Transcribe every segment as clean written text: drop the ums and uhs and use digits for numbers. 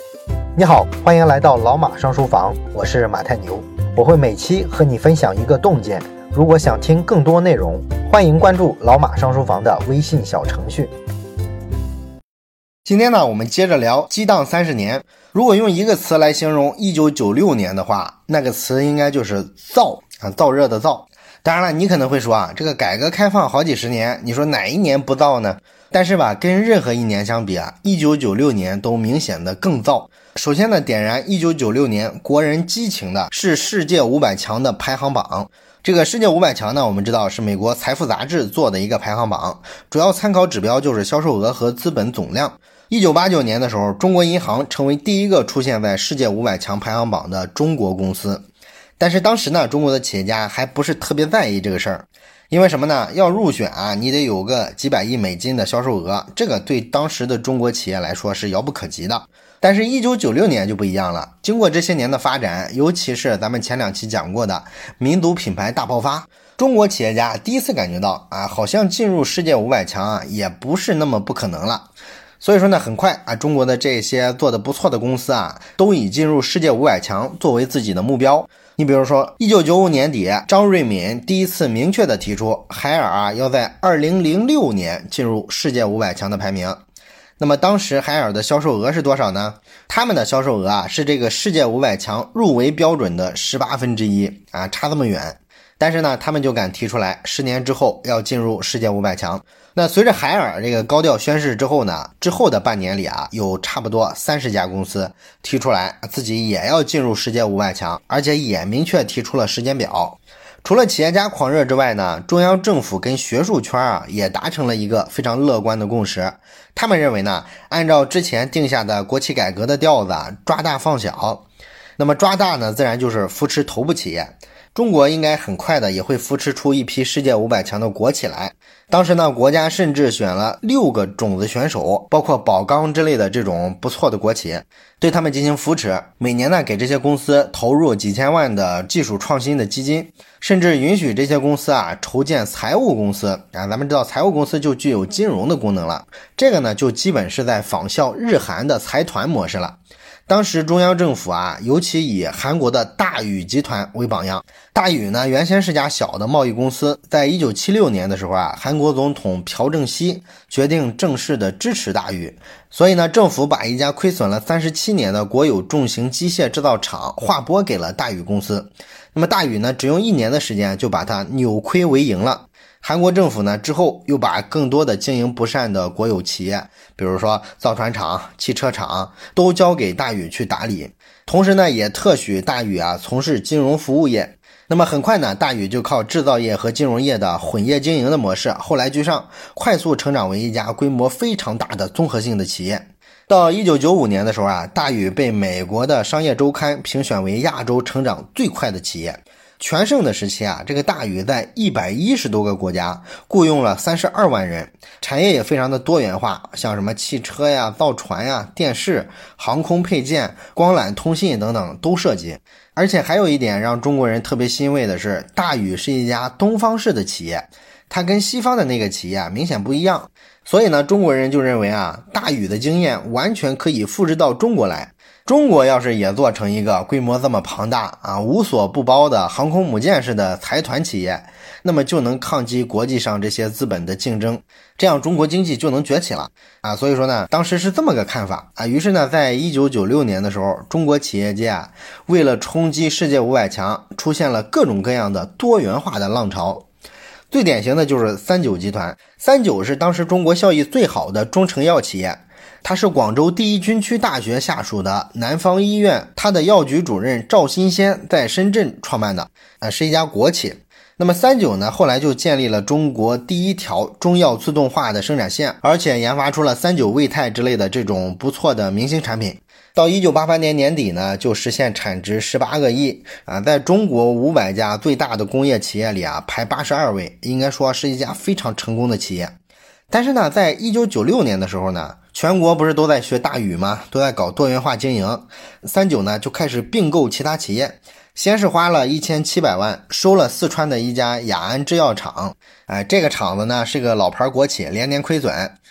你好，欢迎来到老马上书房，我是马太牛，我会每期和你分享一个洞见。如果想听更多内容，欢迎关注老马上书房的微信小程序。今天呢，我们接着聊激荡30年。如果用一个词来形容1996年的话，那个词应该就是燥啊，燥热的燥。当然了，你可能会说啊，这个改革开放好几十年，你说哪一年不燥呢？但是吧，跟任何一年相比啊，1996年都明显的更燥。首先呢，点燃1996年国人激情的是世界500强的排行榜。这个世界500强呢，我们知道是美国财富杂志做的一个排行榜，主要参考指标就是销售额和资本总量。1989年的时候，中国银行成为第一个出现在世界500强排行榜的中国公司。但是当时呢，中国的企业家还不是特别在意这个事儿。因为什么呢？要入选啊，你得有个几百亿美金的销售额，这个对当时的中国企业来说是遥不可及的。但是1996年就不一样了，经过这些年的发展，尤其是咱们前2期讲过的民族品牌大爆发，中国企业家第一次感觉到啊，好像进入世界500强啊，也不是那么不可能了。所以说呢，很快啊，中国的这些做得不错的公司啊，都以进入世界500强作为自己的目标。你比如说1995年底，张瑞敏第一次明确的提出海尔啊要在2006年进入世界500强的排名。那么当时海尔的销售额是多少呢？他们的销售额啊是这个世界500强入围标准的1/18啊，差这么远。但是呢，他们就敢提出来10年之后要进入世界500强。那随着海尔这个高调宣誓之后呢，之后的半年里啊，有差不多30家公司提出来自己也要进入世界500强，而且也明确提出了时间表。除了企业家狂热之外呢，中央政府跟学术圈啊也达成了一个非常乐观的共识。他们认为呢，按照之前定下的国企改革的调子啊，抓大放小。那么抓大呢，自然就是扶持头部企业。中国应该很快的也会扶持出一批世界500强的国企来。当时呢，国家甚至选了6个种子选手，包括宝钢之类的这种不错的国企，对他们进行扶持，每年呢给这些公司投入几千万的技术创新的基金，甚至允许这些公司啊筹建财务公司啊。咱们知道财务公司就具有金融的功能了，这个呢就基本是在仿效日韩的财团模式了。当时中央政府啊，尤其以韩国的大宇集团为榜样。大宇呢，原先是家小的贸易公司，在1976年的时候啊，韩国总统朴正熙决定正式的支持大宇，所以呢，政府把一家亏损了37年的国有重型机械制造厂划拨给了大宇公司。那么大宇呢，只用1年的时间就把它扭亏为盈了。韩国政府呢之后又把更多的经营不善的国有企业，比如说造船厂、汽车厂，都交给大宇去打理。同时呢，也特许大宇啊从事金融服务业。那么很快呢，大宇就靠制造业和金融业的混业经营的模式后来居上，快速成长为一家规模非常大的综合性的企业。到1995年的时候啊，大宇被美国的商业周刊评选为亚洲成长最快的企业。全盛的时期啊，这个大宇在110多个国家雇佣了32万人，产业也非常的多元化，像什么汽车呀、造船呀、电视、航空配件、光缆通信等等都涉及。而且还有一点让中国人特别欣慰的是，大宇是一家东方式的企业，它跟西方的那个企业明显不一样。所以呢，中国人就认为啊，大宇的经验完全可以复制到中国来。中国要是也做成一个规模这么庞大啊、无所不包的航空母舰式的财团企业，那么就能抗击国际上这些资本的竞争，这样中国经济就能崛起了啊。所以说呢，当时是这么个看法啊。于是呢，在1996年的时候，中国企业界啊，为了冲击世界500强，出现了各种各样的多元化的浪潮。最典型的就是39集团。39是当时中国效益最好的中成药企业，它是广州第一军区大学下属的南方医院，它的药局主任赵新先在深圳创办的是一家国企。那么39呢，后来就建立了中国第一条中药自动化的生产线，而且研发出了39胃泰之类的这种不错的明星产品。到1988年年底呢，就实现产值18个亿啊，在中国500家最大的工业企业里啊，排82位，应该说是一家非常成功的企业。但是呢，在1996年的时候呢，全国不是都在学大宇吗？都在搞多元化经营。39呢就开始并购其他企业，先是花了1700万收了四川的一家雅安制药厂，这个厂子呢是个老牌国企，连年亏损。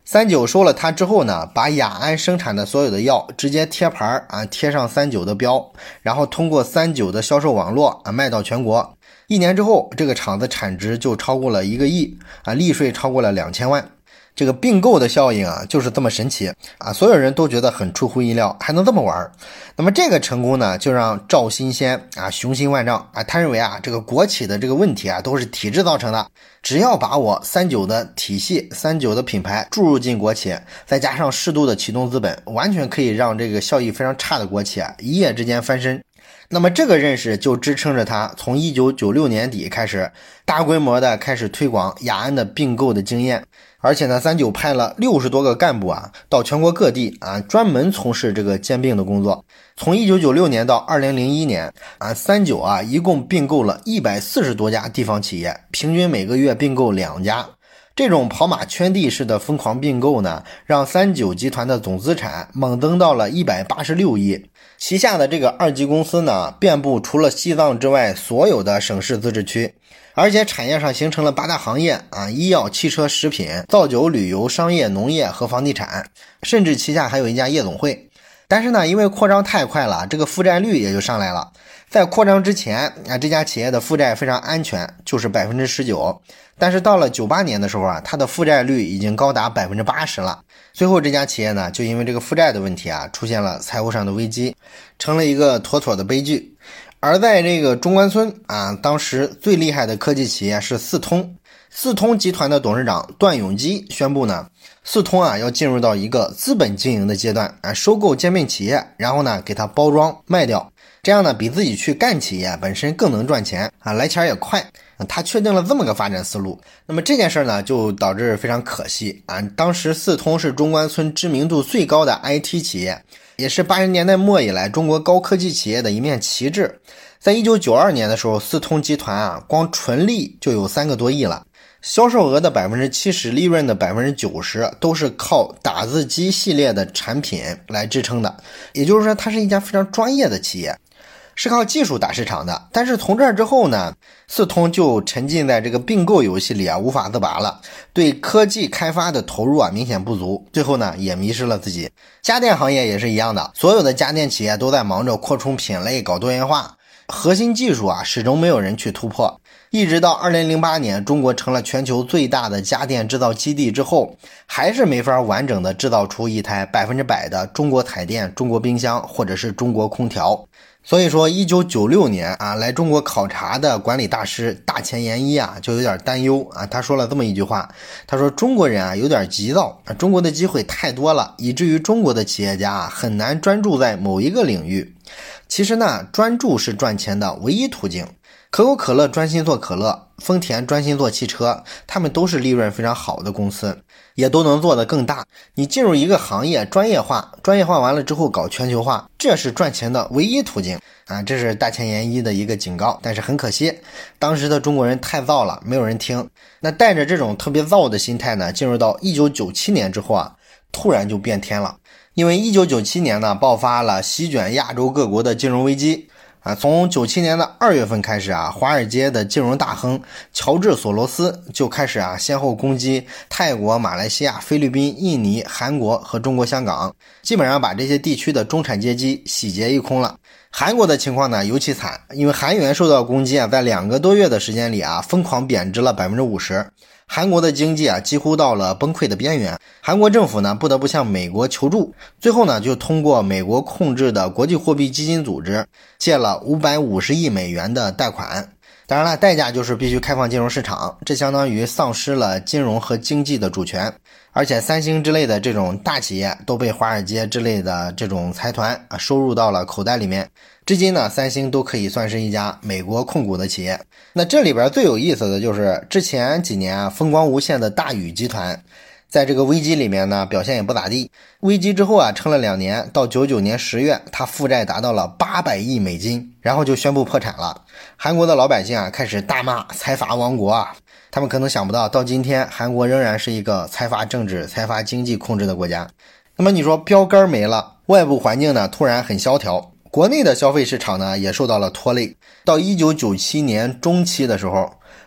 三九收了它之后呢，把雅安生产的所有的药直接贴牌贴上三九的标，然后通过三九的销售网络卖到全国。1年之后，这个厂子产值就超过了1个亿利税超过了2000万。这个并购的效应就是这么神奇所有人都觉得很出乎意料，还能这么玩。那么这个成功呢，就让赵新先雄心万丈他认为这个国企的这个问题都是体制造成的，只要把我三九的体系、三九的品牌注入进国企，再加上适度的启动资本，完全可以让这个效益非常差的国企一夜之间翻身。那么这个认识就支撑着他从1996年底开始大规模的开始推广雅安的并购的经验。而且呢，三九派了60多个干部到全国各地专门从事这个兼并的工作。从1996年到2001年三九一共并购了140多家地方企业，平均每个月并购2家。这种跑马圈地式的疯狂并购呢，让三九集团的总资产猛增到了186亿。旗下的这个二级公司呢，遍布除了西藏之外所有的省市自治区，而且产业上形成了8大行业医药、汽车、食品、造酒、旅游、商业、农业和房地产，甚至旗下还有一家夜总会。但是呢，因为扩张太快了，这个负债率也就上来了。在扩张之前这家企业的负债非常安全，就是 19%。但是到了98年的时候它的负债率已经高达 80% 了。最后这家企业呢，就因为这个负债的问题出现了财务上的危机，成了一个妥妥的悲剧。而在这个中关村当时最厉害的科技企业是四通。四通集团的董事长段永基宣布呢，四通要进入到一个资本经营的阶段收购兼并企业，然后呢给它包装卖掉，这样呢比自己去干企业本身更能赚钱来钱也快。他确定了这么个发展思路。那么这件事呢，就导致非常可惜当时四通是中关村知名度最高的 IT 企业，也是80年代末以来中国高科技企业的一面旗帜。在1992年的时候，四通集团光纯利就有3个多亿了，销售额的 70%， 利润的 90% 都是靠打字机系列的产品来支撑的。也就是说，它是一家非常专业的企业，是靠技术打市场的。但是从这儿之后呢，四通就沉浸在这个并购游戏里无法自拔了，对科技开发的投入明显不足，最后呢也迷失了自己。家电行业也是一样的，所有的家电企业都在忙着扩充品类，搞多元化，核心技术始终没有人去突破。一直到2008年中国成了全球最大的家电制造基地之后，还是没法完整的制造出一台100%的中国彩电、中国冰箱或者是中国空调。所以说1996年来中国考察的管理大师大前研一就有点担忧他说了这么一句话，他说中国人有点急躁中国的机会太多了，以至于中国的企业家很难专注在某一个领域。其实呢，专注是赚钱的唯一途径。可口可乐专心做可乐，丰田专心做汽车，他们都是利润非常好的公司，也都能做得更大。你进入一个行业专业化完了之后搞全球化，这是赚钱的唯一途径这是大前研一的一个警告。但是很可惜，当时的中国人太躁了，没有人听。那带着这种特别躁的心态呢，进入到1997年之后突然就变天了。因为1997年呢，爆发了席卷亚洲各国的金融危机从97年的2月份开始华尔街的金融大亨乔治索罗斯就开始先后攻击泰国、马来西亚、菲律宾、印尼、韩国和中国香港，基本上把这些地区的中产阶级洗劫一空了。韩国的情况呢尤其惨，因为韩元受到攻击在2个多月的时间里疯狂贬值了 50%。韩国的经济几乎到了崩溃的边缘，韩国政府呢不得不向美国求助，最后呢就通过美国控制的国际货币基金组织借了550亿美元的贷款。当然了，代价就是必须开放金融市场，这相当于丧失了金融和经济的主权。而且三星之类的这种大企业都被华尔街之类的这种财团收入到了口袋里面。至今呢，三星都可以算是一家美国控股的企业。那这里边最有意思的就是之前几年风光无限的大宇集团，在这个危机里面呢表现也不咋地。危机之后撑了2年，到99年10月它负债达到了800亿美金，然后就宣布破产了。韩国的老百姓开始大骂财阀王国他们可能想不到，到今天韩国仍然是一个财阀政治、财阀经济控制的国家。那么你说标杆没了，外部环境呢突然很萧条，国内的消费市场呢也受到了拖累。到1997年中期的时候，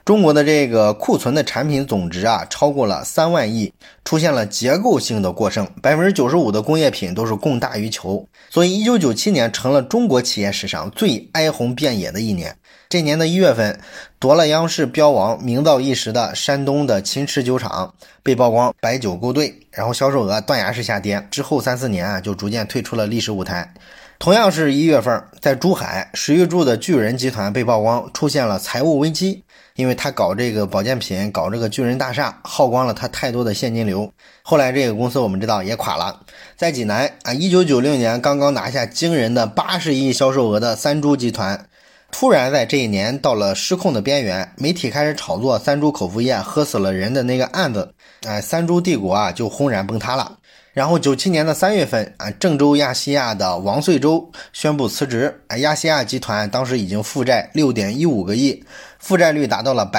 中国的这个库存的产品总值啊超过了3万亿，出现了结构性的过剩，95%的工业品都是供大于求，所以1997年成了中国企业史上最哀鸿遍野的一年。这年的1月份，夺了央视标王名噪一时的山东的秦池酒厂被曝光白酒勾兑，然后销售额断崖式下跌，之后3-4年啊就逐渐退出了历史舞台。同样是1月份，在珠海史玉柱的巨人集团被曝光出现了财务危机，因为他搞这个保健品，搞这个巨人大厦，耗光了他太多的现金流。后来这个公司我们知道也垮了。在济南啊，1996年刚刚拿下惊人的80亿销售额的三株集团，突然在这一年到了失控的边缘，媒体开始炒作三株口服液喝死了人的那个案子，三株帝国啊就轰然崩塌了。然后97年的3月份啊，郑州亚细亚的王穗洲宣布辞职，亚细亚集团当时已经负债 6.15 个亿，负债率达到了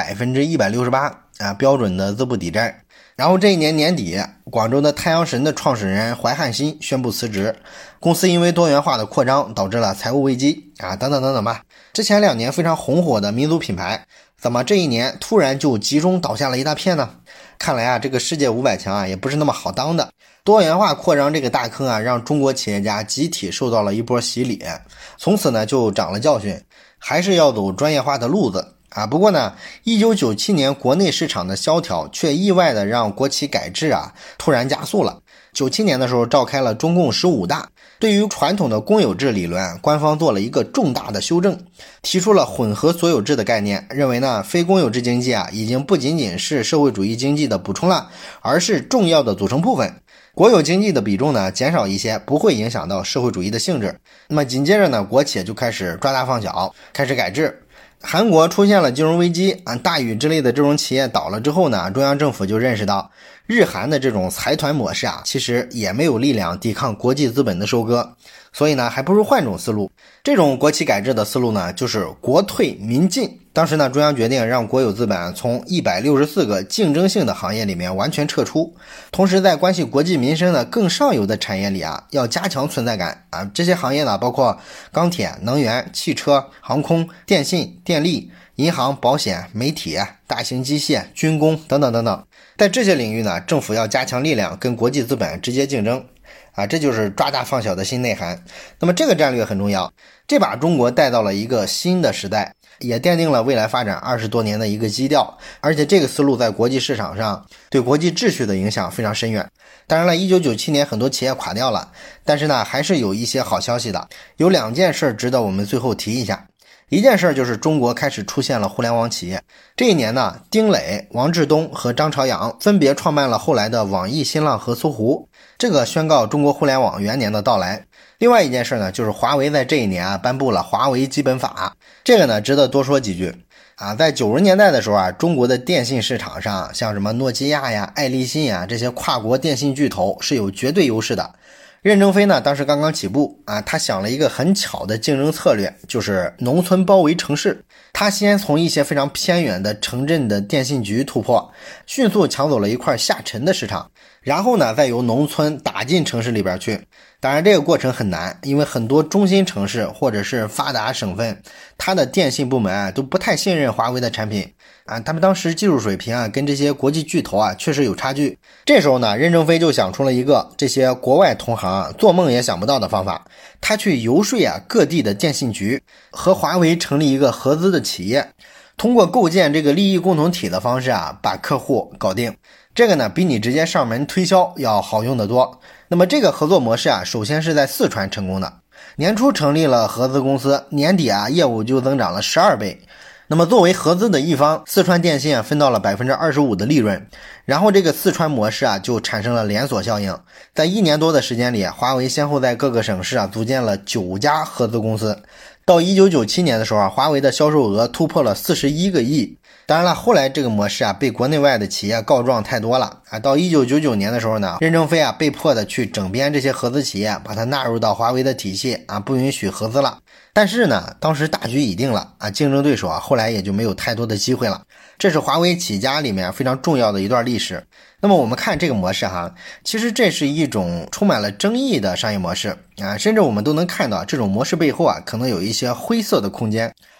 168%， 标准的资不抵债。然后这一年年底，广州的太阳神的创始人怀汉新宣布辞职，公司因为多元化的扩张导致了财务危机等等等等吧。之前2年非常红火的民族品牌，怎么这一年突然就集中倒下了一大片呢？看来这个世界500强也不是那么好当的。多元化扩张这个大坑让中国企业家集体受到了一波洗礼，从此呢就长了教训，还是要走专业化的路子。不过呢，1997年国内市场的萧条却意外的让国企改制突然加速了。97年的时候召开了中共15大，对于传统的公有制理论，官方做了一个重大的修正，提出了混合所有制的概念，认为呢非公有制经济已经不仅仅是社会主义经济的补充了，而是重要的组成部分。国有经济的比重呢减少一些，不会影响到社会主义的性质。那么紧接着呢，国企就开始抓大放小，开始改制。韩国出现了金融危机大宇之类的这种企业倒了之后呢，中央政府就认识到日韩的这种财团模式其实也没有力量抵抗国际资本的收割，所以呢还不如换种思路。这种国企改制的思路呢就是国退民进。当时呢中央决定让国有资本从164个竞争性的行业里面完全撤出，同时在关系国计民生的更上游的产业里要加强存在感这些行业呢包括钢铁、能源、汽车、航空、电信、电力、银行、保险、媒体、大型机械、军工等等等等。在这些领域呢，政府要加强力量跟国际资本直接竞争这就是抓大放小的新内涵。那么这个战略很重要，这把中国带到了一个新的时代，也奠定了未来发展20多年的一个基调，而且这个思路在国际市场上对国际秩序的影响非常深远。当然了，1997年很多企业垮掉了，但是呢还是有一些好消息的，有2件事值得我们最后提一下。一件事就是中国开始出现了互联网企业。这一年呢，丁磊、王志东和张朝阳分别创办了后来的网易、新浪和搜狐，这个宣告中国互联网元年的到来。另外一件事呢，就是华为在这一年颁布了华为基本法，这个呢值得多说几句在90年代的时候中国的电信市场上，像什么诺基亚爱立信这些跨国电信巨头是有绝对优势的。任正非呢当时刚刚起步他想了一个很巧的竞争策略，就是农村包围城市。他先从一些非常偏远的城镇的电信局突破，迅速抢走了一块下沉的市场，然后呢再由农村打进城市里边去。当然这个过程很难，因为很多中心城市或者是发达省份，它的电信部门都不太信任华为的产品他们当时技术水平跟这些国际巨头确实有差距。这时候呢，任正非就想出了一个这些国外同行做梦也想不到的方法，他去游说各地的电信局和华为成立一个合资的企业，通过构建这个利益共同体的方式把客户搞定。这个呢比你直接上门推销要好用得多。那么这个合作模式首先是在四川成功的，年初成立了合资公司，年底业务就增长了12倍。那么作为合资的一方，四川电信分到了 25% 的利润，然后这个四川模式就产生了连锁效应。在1年多的时间里，华为先后在各个省市组建了9家合资公司。到1997年的时候华为的销售额突破了41个亿。当然了，后来这个模式被国内外的企业告状太多了到1999年的时候呢，任正非被迫的去整编这些合资企业，把它纳入到华为的体系不允许合资了。但是呢，当时大局已定了竞争对手后来也就没有太多的机会了。这是华为起家里面非常重要的一段历史。那么我们看这个模式其实这是一种充满了争议的商业模式甚至我们都能看到这种模式背后可能有一些灰色的空间。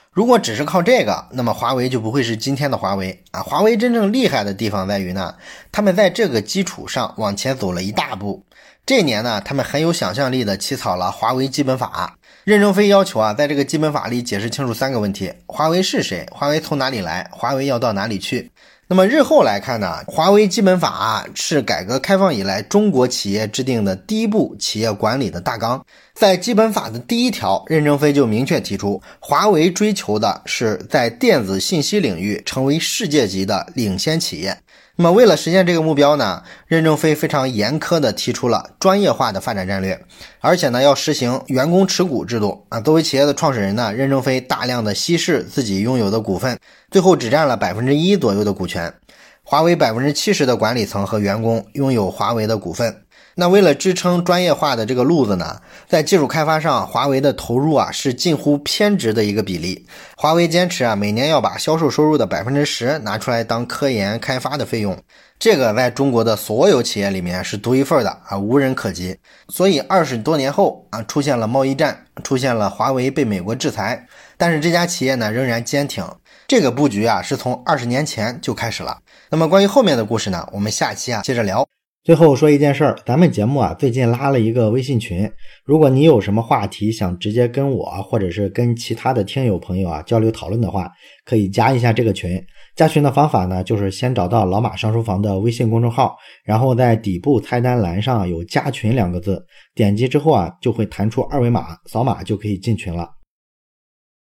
如果只是靠这个，那么华为就不会是今天的华为啊。华为真正厉害的地方在于呢，他们在这个基础上往前走了一大步。这年呢，他们很有想象力的起草了华为基本法。任正非要求在这个基本法里解释清楚3个问题：华为是谁？华为从哪里来？华为要到哪里去？那么日后来看呢，华为基本法是改革开放以来中国企业制定的第一部企业管理的大纲。在基本法的第1条，任正非就明确提出，华为追求的是在电子信息领域成为世界级的领先企业。那么为了实现这个目标呢，任正非非常严苛地提出了专业化的发展战略，而且呢要实行员工持股制度作为企业的创始人呢，任正非大量的稀释自己拥有的股份，最后只占了 1% 左右的股权。华为 70% 的管理层和员工拥有华为的股份。那为了支撑专业化的这个路子呢，在技术开发上，华为的投入是近乎偏执的一个比例。华为坚持每年要把销售收入的 10% 拿出来当科研开发的费用。这个在中国的所有企业里面是独一份的无人可及。所以20多年后出现了贸易战，出现了华为被美国制裁，但是这家企业呢仍然坚挺。这个布局是从20年前就开始了。那么关于后面的故事呢，我们下期接着聊。 最后说一件事儿，咱们节目最近拉了一个微信群，如果你有什么话题想直接跟我或者是跟其他的听友朋友交流讨论的话，可以加一下这个群。加群的方法呢，就是先找到老马上书房的微信公众号，然后在底部菜单栏上有加群2个字，点击之后就会弹出2维码，扫码就可以进群了。